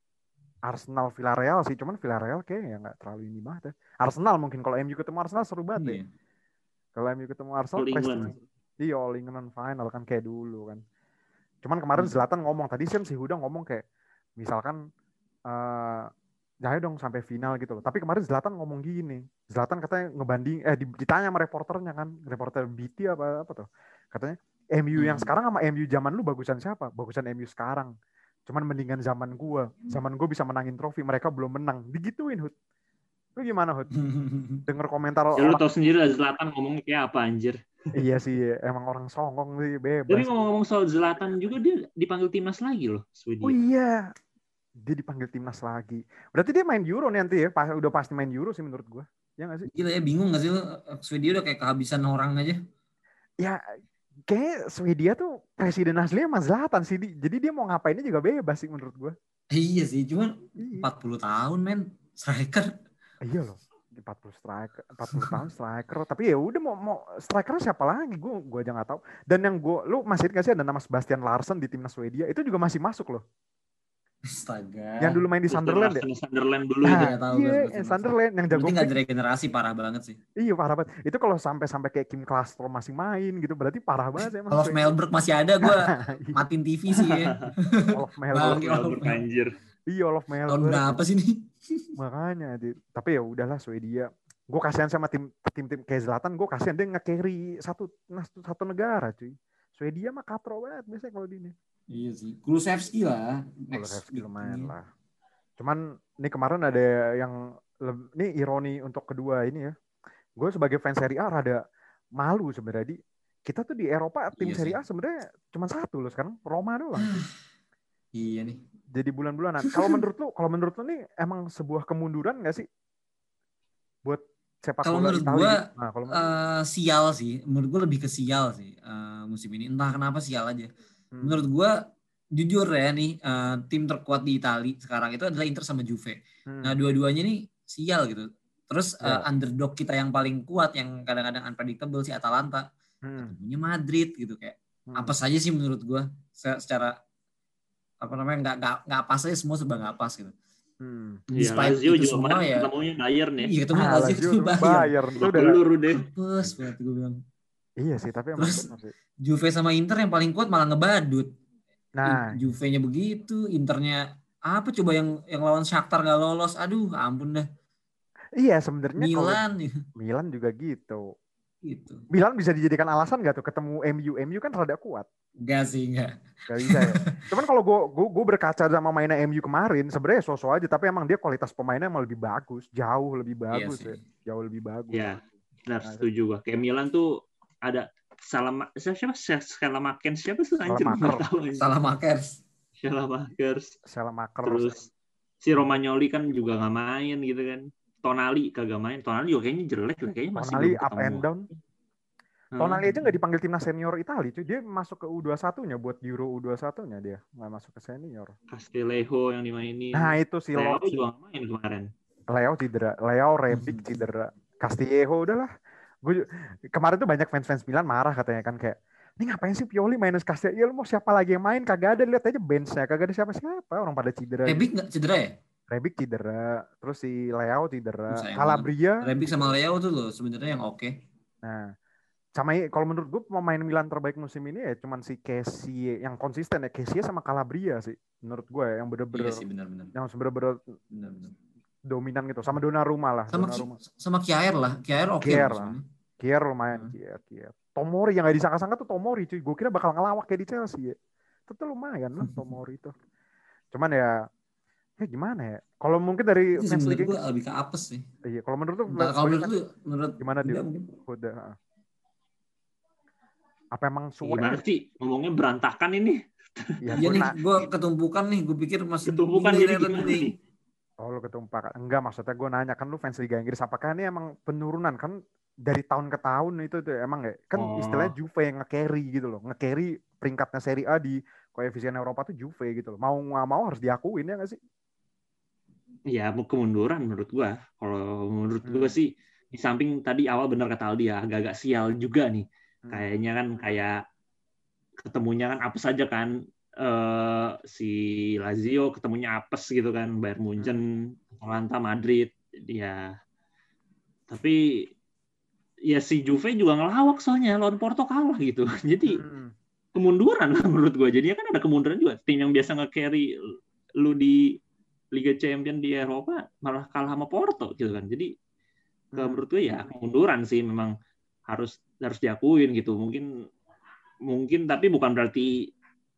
Arsenal Villarreal sih, cuman Villarreal kayaknya ya nggak terlalu ini banget ya. Arsenal mungkin kalau M U ketemu Arsenal seru banget iya. deh. Kalau M U ketemu Arsenal prestis. Iya, All England final kan kayak dulu kan. Cuman kemarin hmm. Zlatan ngomong tadi sih si Huda ngomong kayak misalkan uh, jangan dong sampai final gitu loh. Tapi kemarin Zlatan ngomong gini. Zlatan katanya ngebanding eh ditanya sama reporternya kan, reporter B T apa apa tuh. Katanya M U hmm. yang sekarang sama M U zaman lu bagusan siapa? Bagusan M U sekarang. Cuman mendingan zaman gua. Zaman gua bisa menangin trofi, mereka belum menang. Digituin, Hud. Lu gimana, Hud? Dengar komentar ya, orang. Lu tau sendiri lah Zlatan ngomongnya kayak apa anjir. Iya sih, emang orang songong sih, bebas. Tapi ngomong-ngomong soal Zlatan juga dia dipanggil timnas lagi loh, Swedia. Oh iya. Dia dipanggil timnas lagi. Berarti dia main Euro nih nanti ya. Udah pasti main Euro sih menurut gua. Ya nggak sih? Gila ya, bingung nggak sih lo? Swedia udah kayak kehabisan orang aja. Ya, kayak Swedia tuh presiden aslinya Mas Zlatan sih. Jadi dia mau ngapainnya juga bebas sih menurut gua. Iya sih, cuman iya. empat puluh tahun men, striker. Iya loh. empat puluh striker, empat puluh tahun striker. Tapi ya udah mau mau striker siapa lagi? Gue gue aja nggak tahu. Dan yang gue, lu masih ingat sih ada nama Sebastian Larsson di timnas Swedia itu juga masih masuk loh. Astaga. Yang dulu main di Sunderland ya? Sunderland dulu nah, ya. Tahu, iya, Sunderland yang jago. Berarti nggak ada regenerasi, parah banget sih. Iya parah banget. Itu kalau sampai sampai kayak Kim Klastro masih main gitu, berarti parah banget emang. Kalau Melberg masih ada, gue matiin T V sih ya. Olof Melberg. Melberg anjir. Iya Olof Melberg. Tahun berapa sih nih? Makanya, tapi ya udahlah Swedia. Gue kasihan sama tim tim tim kayak Zlatan, gue kasihan dia nge-carry satu satu negara cuy. Swedia mah katro banget biasanya kalau di ini. Iya sih, Kulusevski lah. Kulusevski lumayan lah. Cuman ini kemarin ada yang ini ironi untuk kedua ini ya. Gue sebagai fans Serie A rada malu sebenarnya. Di kita tuh di Eropa tim iya Serie A sebenarnya cuma satu loh sekarang, Roma doang. Iya nih. Jadi bulan-bulanan. Kalau menurut lu, kalau menurut lu nih emang sebuah kemunduran nggak sih buat sepak kalau bola menurut Italia? Gua, nah, kalau uh, sial sih. Menurut gue lebih ke sial sih uh, musim ini. Entah kenapa sial aja. Hmm. Menurut gue jujur ya nih uh, tim terkuat di Italia sekarang itu adalah Inter sama Juve. Hmm. Nah dua-duanya nih sial gitu. Terus Ya. uh, underdog kita yang paling kuat yang kadang-kadang unpredictable si Atalanta. Hmm. Ketemunya Madrid gitu kayak. Hmm. Apa saja sih menurut gue secara apa namanya nggak nggak nggak pas aja semua serba nggak pas gitu. Hmm. Iya, Despite Lazio itu juga semua kemarin ya. ketemunya Bayern ya. Iya ketemu Ah, Lazio Lazio ketemu tuh Bayern. Bayern itu Babak udah belur deh. Apes banget gue bilang. iya sih, tapi emang Terus benar sih. Juve sama Inter yang paling kuat malah ngebadut. Nah, Juve-nya begitu, Internya apa coba yang yang lawan Shakhtar nggak lolos. Aduh, ampun dah. iya sebenarnya kalau Milan Milan juga gitu. gitu. Milan bisa dijadikan alasan nggak tuh ketemu M U? M U kan rada kuat. Enggak sih, enggak. Gak bisa ya. Cuman kalau gue gue berkaca sama mainnya M U kemarin, sebenarnya so-so aja, tapi emang dia kualitas pemainnya emang lebih bagus, jauh lebih bagus Iya ya, jauh lebih bagus. Ya, benar Nah, setuju gua. Kayak Milan tuh ada Salah siapa Salamakers siapa sih anjir Salamaker. nggak tahu. Salamakers. Salamakers. Salamaker. Terus si Romagnoli kan juga nggak main gitu kan. Tonali kagak main. Tonali juga kayaknya jelek lah, kayaknya masih Tonali belum up ketemu. and down. Tonali aja nggak dipanggil timnas senior Italia, cuy. Dia masuk ke U dua puluh satunya buat Euro U dua puluh satunya dia, nggak masuk ke senior. Castillejo yang dimainin. Nah itu si Leo Leo juga nggak main kemarin. Leo cedera, Leo Rebic cedera, Castillejo udahlah. Gue kemarin tuh banyak fans-fans Milan marah katanya kan kayak, ini ngapain sih Pioli minus Castillejo? Ya lu mau siapa lagi yang main? Kagak ada, lihat aja benchnya, kagak ada siapa-siapa, orang pada cedera. Rebic nggak cedera ya? Rebic cedera, terus si Leo cedera, Sayang Calabria. Rebic sama Leo tuh loh sebenarnya yang oke. Okay. Nah, sama kalau menurut gue pemain Milan terbaik musim ini ya cuman si Kessie yang konsisten ya, Kessie sama Calabria sih menurut gue ya, yang bener-bener iya sih, benar-benar. yang bener-bener dominan gitu, sama Donnarumma lah. Sama Donnarumma. sama Kjaer lah, Kjaer oke okay lah. Kjaer lumayan, Kjaer, Kjaer. Tomori yang gak disangka-sangka tuh Tomori cuy, gue kira bakal ngelawak kayak di Chelsea ya. Itu lumayan lah Tomori itu. Cuman ya ya gimana ya? Kalau mungkin dari fans liga gue lebih ke apes sih. Iya, kalau menurut tuh kalau menurut lu menurut gimana dia? Udah. Apa emang suwe? Gimana sih ngomongnya berantakan ini? Ya, iya nih, gue ketumpukan nih, gue pikir masih ketumpukan jadi gimana nih? Oh lu ketumpukan? Enggak, maksudnya gue nanya kan lu fans Liga Inggris, apakah ini emang penurunan kan dari tahun ke tahun itu tuh emang ya kan oh. Istilahnya Juve yang nge-carry gitu loh, nge-carry peringkatnya Serie A di koefisien Eropa tuh Juve gitu loh, mau nggak mau harus diakuin ya nggak sih? Ya kemunduran menurut gue. Kalau menurut hmm. gue sih di samping tadi awal benar kata Aldi ya, agak-agak sial juga nih. Hmm. Kayaknya kan kayak ketemunya kan apes aja kan, uh, si Lazio ketemunya apes gitu kan, Bayern Munchen, Atalanta, Madrid, ya. Tapi ya si Juve juga ngelawak soalnya lawan Porto kalah gitu, jadi hmm. kemunduran lah menurut gue. Jadinya kan ada kemunduran juga, tim yang biasa nge-carry lu di Liga Champions di Eropa malah kalah sama Porto gitu kan. Jadi hmm. menurut gue ya kemunduran sih, memang harus harus diakuin gitu. Mungkin mungkin tapi bukan berarti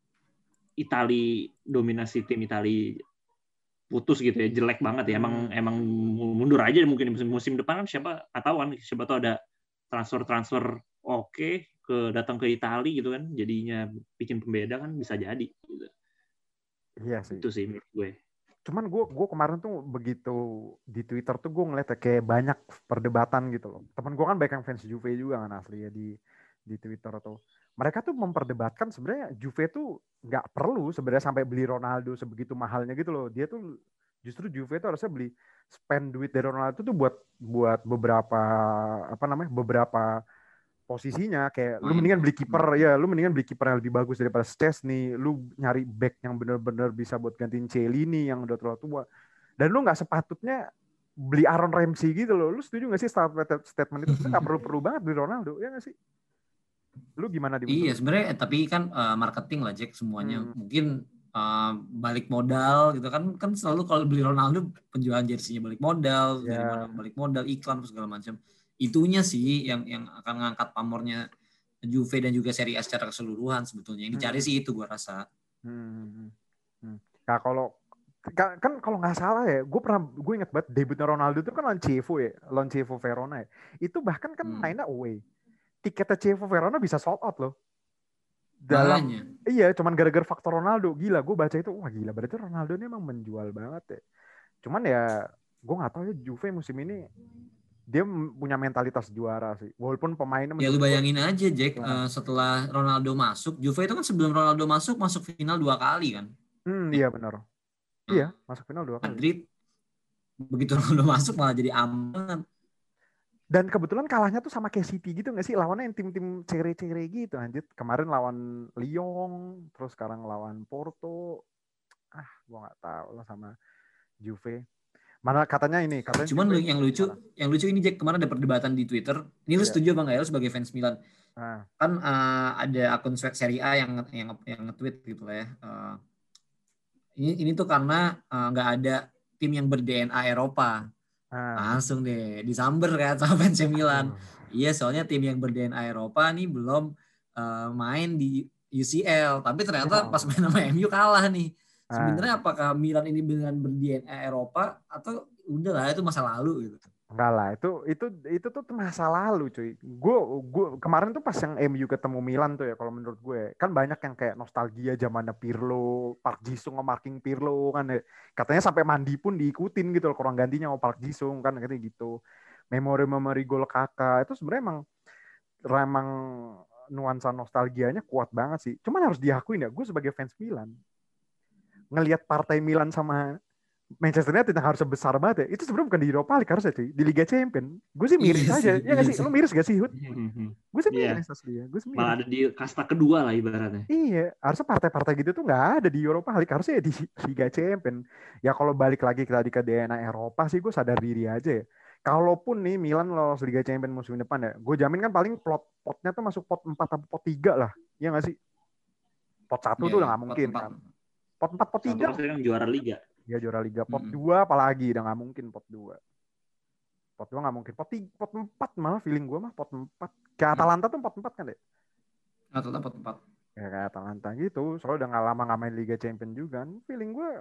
Itali dominasi tim Itali putus gitu ya, jelek banget ya. Emang emang mundur aja mungkin musim, musim depan kan siapa ketahuan, siapa tahu ada transfer-transfer oke okay, ke datang ke Itali gitu kan. Jadinya bikin pembeda kan, bisa jadi gitu. Iya sih. Itu sih menurut gue. Cuman gue gue kemarin tuh begitu di Twitter tuh gue ngeliat kayak banyak perdebatan gitu loh. Temen gue kan banyak yang fans Juve juga kan asli ya di di Twitter tuh. Mereka tuh memperdebatkan sebenarnya Juve tuh nggak perlu sebenarnya sampai beli Ronaldo sebegitu mahalnya gitu loh. Dia tuh justru Juve tuh harusnya beli spend duit dari Ronaldo tuh buat buat beberapa apa namanya beberapa posisinya, kayak lu mendingan beli kiper ya, lu mendingan beli kiper yang lebih bagus daripada Szczesny, lu nyari back yang benar-benar bisa buat gantiin Chiellini yang udah terlalu tua. Dan lu nggak sepatutnya beli Aaron Ramsey gitu loh. Lu setuju nggak sih statement itu? Nggak perlu-perlu banget beli Ronaldo, ya nggak sih? Lu gimana di? Iya sebenarnya, tapi kan uh, marketing lah Jack semuanya. Hmm. Mungkin uh, balik modal gitu kan, kan selalu kalau beli Ronaldo penjualan jersinya balik modal, yeah. Dari mana balik modal, iklan segala macam. Itunya sih yang yang akan ngangkat pamornya Juve dan juga Serie A secara keseluruhan sebetulnya. Yang dicari hmm. sih itu gue rasa. Hmm. Hmm. Nah kalau kan, kan kalau nggak salah ya, gue pernah gue ingat banget debutnya Ronaldo itu kan lawan Chievo ya, lawan Chievo Verona ya. Itu bahkan kan hmm. mainnya away. Tiketnya Chievo Verona bisa sold out loh. Dalam Malanya. Iya, cuman gara-gara faktor Ronaldo. Gila, gue baca itu, wah gila berarti Ronaldo ini emang menjual banget ya. Cuman ya gue nggak tahu ya Juve musim ini dia punya mentalitas juara sih. Walaupun pemainnya... Ya lu bayangin gue, aja Jack, uh, setelah Ronaldo masuk, Juve itu kan sebelum Ronaldo masuk, masuk final dua kali kan? Hmm, iya benar. Hmm. Iya, masuk final dua kali. Madrid, begitu Ronaldo masuk malah jadi aman. Dan kebetulan kalahnya tuh sama kayak City gitu nggak sih? Lawannya yang tim-tim cere-cere gitu anjir. Kemarin lawan Lyon, terus sekarang lawan Porto. Ah, gua nggak tahu lah sama Juve. Mana katanya ini, katanya Cuman Juve, yang lucu, gimana? yang lucu ini Jack, kemarin ada perdebatan di Twitter. Ini lu Iya. setuju apa nggak ya lu sebagai fans Milan? Ah, Kan uh, ada akun Serie A yang yang yang nge-tweet gitu lah ya. Uh, ini ini tuh karena uh, nggak ada tim yang ber-D N A Eropa. ah. Langsung deh disamber kan sama fans Milan. Aduh. Iya, soalnya tim yang ber-D N A Eropa nih belum uh, main di U C L, tapi ternyata Ya pas main Allah. sama M U kalah nih. Sebenarnya Ah. apakah Milan ini dengan ber-D N A Eropa atau udahlah itu masa lalu gitu? Enggak lah, itu itu itu tuh masa lalu cuy. Gue gue kemarin tuh pas yang M U ketemu Milan tuh ya, kalau menurut gue kan banyak yang kayak nostalgia zamannya Pirlo, Park Ji-sung nge-marking Pirlo kan ya. Katanya sampai mandi pun diikutin gitu loh, kurang gantinya sama Park Ji-sung kan katanya gitu. Memori-memori gol Kakak itu sebenarnya emang emang nuansa nostalgianya kuat banget sih. Cuman harus diakuin ya, gue sebagai fans Milan ngelihat partai Milan sama Manchester United yang harusnya besar banget ya, itu sebenarnya bukan di Europa League harusnya cuy, di Liga Champions. Gue sih miris Iya aja, sih, ya nggak iya sih? sih. Lu miris gak sih, Hud? Gue sih Iya. miris asli ya, gue sih Malah miris. ada di kasta kedua lah ibaratnya. Iya, harusnya partai-partai gitu tuh nggak ada di Europa League, harusnya ya di Liga Champions. Ya kalau balik lagi ke tadi ke D N A Eropa sih, gue sadar diri aja ya. Kalaupun nih Milan lolos Liga Champions musim depan ya, gue jamin kan paling plot potnya tuh masuk pot empat atau pot tiga lah, ya nggak sih? Pot satu Iya, tuh udah iya. nggak Pot mungkin empat. kan. Pot empat, pot Satu tiga. pasti kan juara liga. Ya juara Liga. Pot Mm-mm. dua apalagi udah nggak mungkin pot dua. Pot dua nggak mungkin. Pot tiga, pot empat malah feeling gue mah pot empat. Kayak Atalanta tuh pot empat kan deh. Atau pot empat. Ya kayak Atalanta gitu. Soalnya udah nggak lama nggak main Liga Champions juga. Feeling gue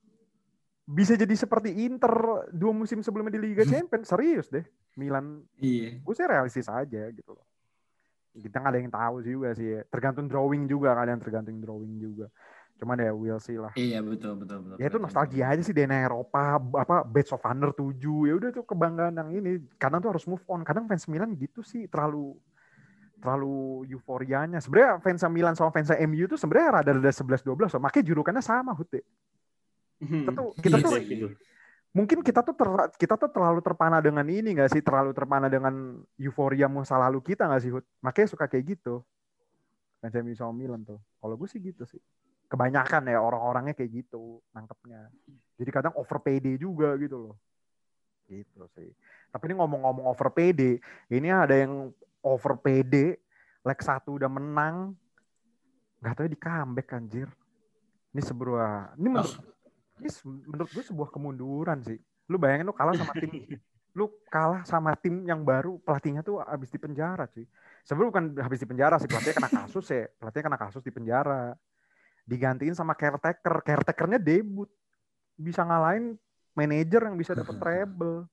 bisa jadi seperti Inter dua musim sebelumnya di Liga Champions. Serius deh. Milan. Iya. Gue sih realistis aja gitu loh. Kita nggak ada yang tahu sih juga sih. Tergantung drawing juga. Kadang tergantung drawing juga. Cuman ya we'll see lah. Iya, betul, betul, betul. Ya itu nostalgia aja sih D N A Eropa, apa Badge of Honor tujuh. Ya udah tuh kebanggaan yang ini. Kadang tuh harus move on. Kadang fans Milan gitu sih terlalu terlalu euforianya. Sebenarnya fans Milan sama fans M U tuh sebenarnya rada-rada sebelas dua belas. Makanya julukannya sama, Hute. Kita tuh kita tuh mungkin kita tuh ter, kita tuh terlalu terpana dengan ini nggak sih? Terlalu terpana dengan euforia masa lalu kita nggak sih, Hut? Makanya suka kayak gitu. Fans M U sama Milan tuh. Kalau gue sih gitu sih. Kebanyakan ya orang-orangnya kayak gitu nangkepnya. Jadi kadang over P D juga gitu loh. Gitu sih. Tapi ini ngomong-ngomong over P D, ini ada yang over P D, leg satu udah menang, nggak tahu di comeback anjir. Ini sebuah, ini menurut, oh. ini menurut gue sebuah kemunduran sih. Lu bayangin lu kalah sama tim, lu kalah sama tim yang baru, pelatihnya tuh habis di penjara cuy. Sebenarnya bukan habis di penjara sih, pelatihnya kena kasus ya, pelatihnya kena kasus di penjara. Digantiin sama caretaker, caretakernya debut, bisa ngalahin manajer yang bisa dapat treble.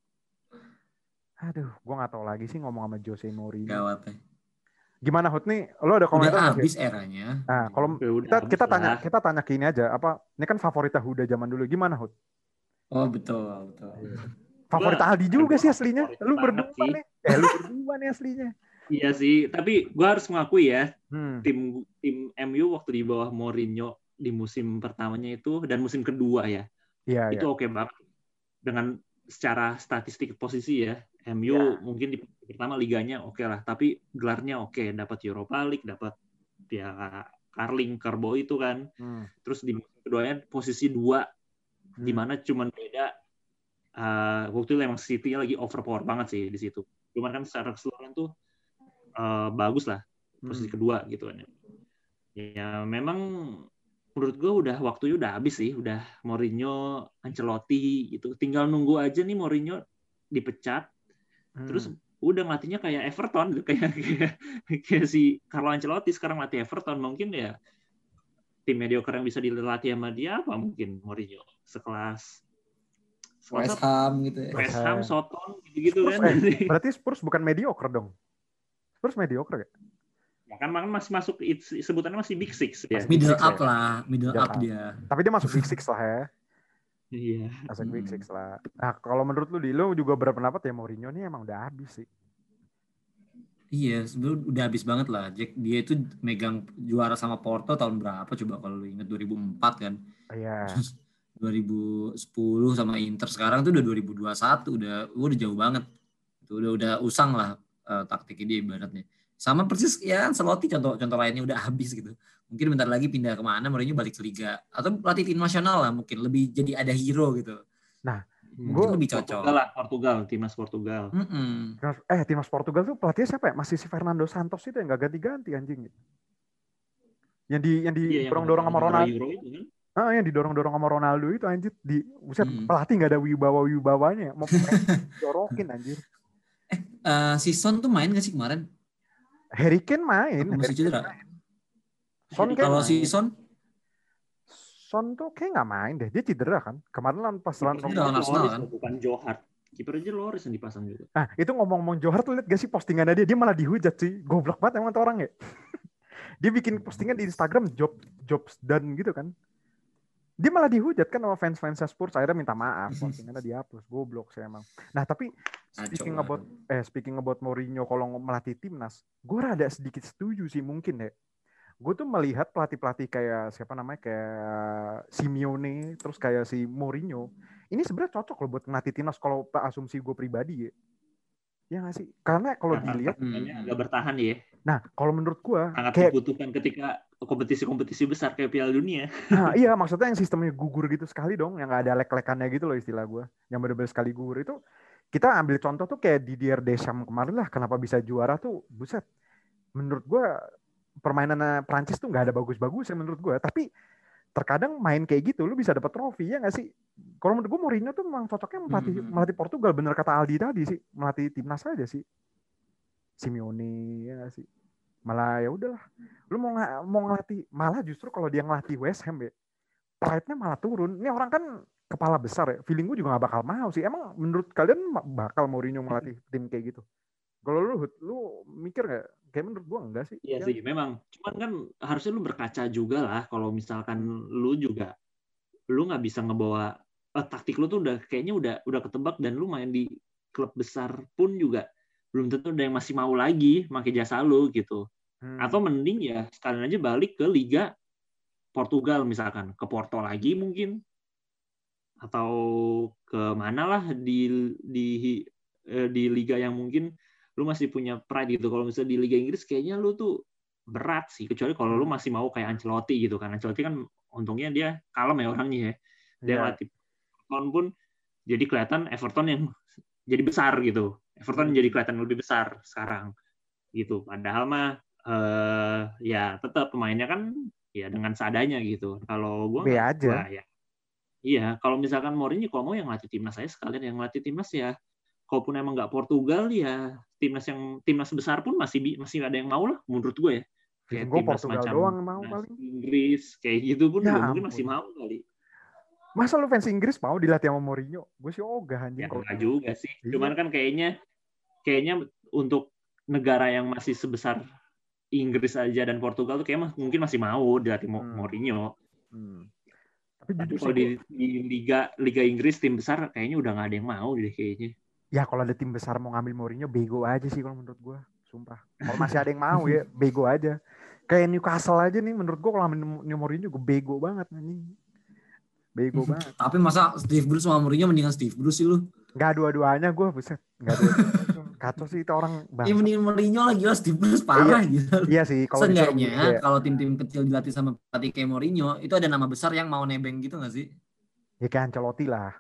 Aduh, gue nggak tahu lagi sih ngomong sama Jose Mourinho. Gawat ya. Gimana Hut nih? Lo ada komentar? Udah habis eranya. Nah, kalau kita kita tanya kita tanya ke ini aja, apa? Ini kan favoritnya Huda zaman dulu. Gimana Hut? Oh betul betul. Favorit Aldi juga sih aslinya. Lu berdua nih. Eh lu berdua nih aslinya. Iya sih, tapi gue harus mengakui ya, hmm. tim tim M U waktu di bawah Mourinho di musim pertamanya itu dan musim kedua ya, ya itu ya. oke banget dengan secara statistik posisi ya. M U ya. Mungkin di pertama liganya oke lah, tapi gelarnya oke, dapat Europa League, dapat ya Carling Carbo itu kan, hmm. terus di musim keduanya posisi dua, hmm. di mana cuman beda uh, waktu itu emang City lagi overpower banget sih di situ. Cuman kan secara keseluruhan tuh Uh, bagus lah posisi hmm. kedua gitu kan. Ya memang menurut gue udah waktunya udah habis sih, udah Mourinho, Ancelotti gitu. Tinggal nunggu aja nih Mourinho dipecat. Hmm. Terus udah ngelatihnya kayak Everton kayak, kayak kayak si Carlo Ancelotti sekarang latih Everton, mungkin ya tim mediocre yang bisa dilatih sama dia apa mungkin Mourinho sekelas West Ham gitu ya. West Ham, Soton gitu-gitu Spurs, kan. Eh, berarti Spurs bukan mediocre dong. Spurs mediocre gak? Ya kan masih masuk sebutannya masih Big Six ya. Middle Six up ya. lah, middle, middle up, up dia. Tapi dia masuk Big Six lah ya. Iya. Masuk Big Six lah. Nah kalau menurut lu, di lu juga berpendapat ya Mourinho ini emang udah habis sih. Iya, sebenarnya udah habis banget lah. Jack dia itu megang juara sama Porto tahun berapa coba kalau lu ingat dua ribu empat kan. Iya. dua ribu sepuluh sama Inter, sekarang tuh udah dua ribu dua puluh satu, udah udah jauh banget. Itu udah udah usang lah uh, taktik ini ibaratnya. Sama persis ya Ancelotti, contoh contoh lainnya udah habis gitu. Mungkin bentar lagi pindah kemana, Mourinho balik ke Liga atau pelatih tim nasional lah, mungkin lebih jadi ada hero gitu. Nah, mungkin gua, lebih cocok. Portugal lah, Portugal, timnas Portugal. Mm-mm. Eh, timnas Portugal tuh pelatihnya siapa ya? Masih si Fernando Santos itu yang nggak ganti-ganti anjing. Yang di yang didorong-dorong sama Ronaldo. Euro itu kan? Ah, yang didorong-dorong sama Ronaldo itu anjir, di buset hmm. pelatih nggak ada wibawa-wibawanya, mau jorokin anjir. Eh, uh, si Son tuh main nggak sih kemarin? Harry Kane main. Apa masih cedera? Son kalau si Son? Son tuh kayak nggak main deh, dia cedera kan. Kemarin lah pas lawan Arsenal kan, bukan Johar. Kiper aja Loris yang dipasang juga. Nah, itu ngomong-ngomong Johar tuh lihat gak sih postingannya dia, dia malah dihujat sih. Goblok banget emang tuh orang ya. Dia bikin postingan di Instagram job jobs done gitu kan. Dia malah dihujat kan sama fans-fans Spurs, akhirnya minta maaf, postingannya dihapus. Goblok sih emang. Nah, tapi speaking about eh speaking about Mourinho kalau melatih timnas, gue rada sedikit setuju sih mungkin ya. Gue tuh melihat pelatih-pelatih kayak siapa namanya kayak Simeone, terus kayak si Mourinho, ini sebenarnya cocok loh buat ngelatih timnas kalau asumsi gue pribadi ya. Ya nggak sih? Karena kalau nah, dilihat hmm. agak bertahan ya. Nah, kalau menurut gue sangat kayak, dibutuhkan ketika kompetisi-kompetisi besar kayak Piala Dunia. Nah, iya maksudnya yang sistemnya gugur gitu sekali dong, yang nggak ada lek-lekannya gitu loh istilah gue, yang benar-benar sekali gugur itu. Kita ambil contoh tuh kayak Didier Deschamps kemarin lah, kenapa bisa juara tuh, buset. Menurut gue permainan Prancis tuh nggak ada bagus-bagus ya menurut gue, tapi terkadang main kayak gitu lu bisa dapat trofi ya nggak sih? Kalau menurut gue Mourinho tuh memang cocoknya melatih hmm. melatih Portugal, bener kata Aldi tadi sih, melatih timnas aja sih. Simeone ya nggak sih? Malah ya udahlah, lu mau ng- mau ngelatih, malah justru kalau dia ngelatih West Ham ya, pride-nya malah turun. Ini orang kan kepala besar ya, feeling gue juga nggak bakal mau sih. Emang menurut kalian bakal Mourinho melatih tim kayak gitu? Kalau lu, lu mikir nggak? Kayak menurut gue enggak sih. Iya ya. Sih, memang. Cuman kan harusnya lu berkaca juga lah. Kalau misalkan lu juga, lu nggak bisa ngebawa eh, taktik lu tuh udah kayaknya udah udah ketebak dan lu main di klub besar pun juga belum tentu ada yang masih mau lagi pakai jasa lu gitu. Hmm. Atau mending ya sekalian aja balik ke Liga Portugal misalkan, ke Porto lagi mungkin, atau ke mana lah di di di liga yang mungkin lu masih punya pride gitu. Kalau misalnya di Liga Inggris kayaknya lu tuh berat sih, kecuali kalau lu masih mau kayak Ancelotti gitu kan. Ancelotti kan untungnya dia kalem ya orangnya ya. Dia latih Everton pun jadi kelihatan Everton yang jadi besar gitu. Everton hmm. jadi kelihatan lebih besar sekarang gitu. Padahal mah eh, ya tetap pemainnya kan ya dengan seadanya gitu. Kalau gua be aja. Gua, ya. Iya, kalau misalkan Mourinho kalau mau yang latih timnas saya sekalian yang latih timnas ya. Kalaupun emang nggak Portugal ya timnas yang timnas besar pun masih masih ada yang mau lah menurut gue ya. Kayak timnas Portugal doang mau paling. Inggris kayak gitu pun ya, juga mungkin masih mau kali. Masa lu fans Inggris mau dilatih sama Mourinho? Gue sih ogah anjing. Ya enggak juga sih. Iya. Cuman kan kayaknya kayaknya untuk negara yang masih sebesar Inggris aja dan Portugal tuh kayaknya mungkin masih mau dilatih hmm. Mourinho. Hmm. Tapi, Tapi kalau di, di liga liga Inggris tim besar kayaknya udah nggak ada yang mau deh kayaknya. Ya kalau ada tim besar mau ngambil Mourinho bego aja sih kalau menurut gue, sumpah. Kalau masih ada yang mau ya bego aja. Kayak Newcastle aja nih menurut gue kalau ngambil Mourinho juga bego banget anjing. Bego banget. Tapi masa Steve Bruce sama Mourinho mendingan Steve Bruce sih lu? Gak dua-duanya gue, buset. Gak dua-duanya. Kacau sih itu orang bangsa. Iya mendingan Mourinho lah, gila Steve Bruce parah iya, gitu. Iya sih. Seenggaknya kalau tim-tim kecil dilatih sama pelatih kayak Mourinho, itu ada nama besar yang mau nebeng gitu gak sih? Ya kayak Ancelotti lah.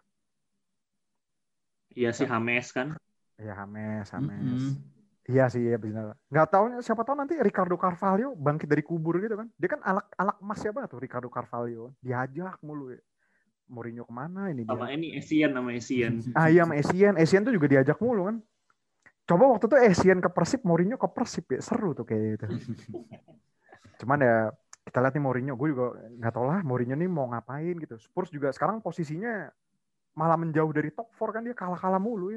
Iya sih, James kan. Iya James, James. Mm-hmm. Iya sih, ya benar. Nggak tahu siapa tahu nanti Ricardo Carvalho bangkit dari kubur gitu kan. Dia kan anak-anak emas ya banget tuh Ricardo Carvalho. Diajak mulu ya. Mourinho kemana ini dia? Sama ini Essien, nama Essien. Ah iya sama Essien. Essien tuh juga diajak mulu kan. Coba waktu itu Essien ke Persib, Mourinho ke Persib ya. Seru tuh kayak gitu. Cuman ya kita lihat nih Mourinho. Gue juga nggak tahu lah Mourinho nih mau ngapain gitu. Spurs juga sekarang posisinya malah menjauh dari top empat kan, dia kalah-kalah mulu ya.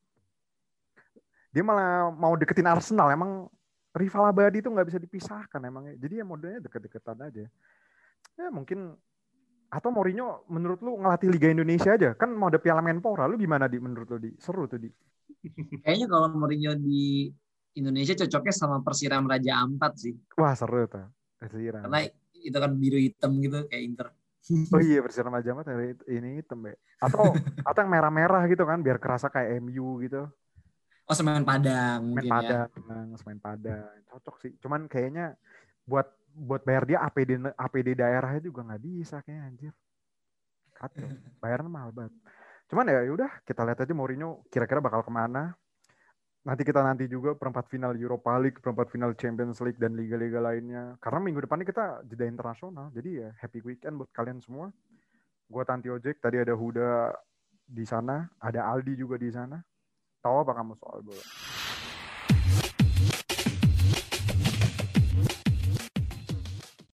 Dia malah mau deketin Arsenal, emang rival abadi itu nggak bisa dipisahkan emangnya. Jadi ya modalnya deket-deketan aja. Ya mungkin, atau Mourinho menurut lu ngelatih Liga Indonesia aja, kan mau ada Piala Menpora, lu gimana di menurut lu di? Seru tuh di. Kayaknya kalau Mourinho di Indonesia cocoknya sama Persiram Raja Ampat sih. Wah seru tuh. Persiram. Karena itu kan biru hitam gitu kayak Inter. Oh iya bersih remaja mah ini hitam be. Atau atau yang merah-merah gitu kan biar kerasa kayak M U gitu. Oh semen Padang Semen mungkin ya. Padang, semen Padang. Cocok sih. Cuman kayaknya buat buat bayar dia A P D A P D daerahnya juga nggak bisa kayaknya anjir. Kacau. Bayarnya mahal banget. Cuman ya udah kita lihat aja Mourinho kira-kira bakal kemana. Nanti kita nanti juga perempat final Europa League, perempat final Champions League dan liga-liga lainnya. Karena minggu depan ini kita jeda internasional. Jadi ya happy weekend buat kalian semua. Gue Tanti Ojek, tadi ada Huda di sana, ada Aldi juga di sana. Tahu apa kamu soal bola?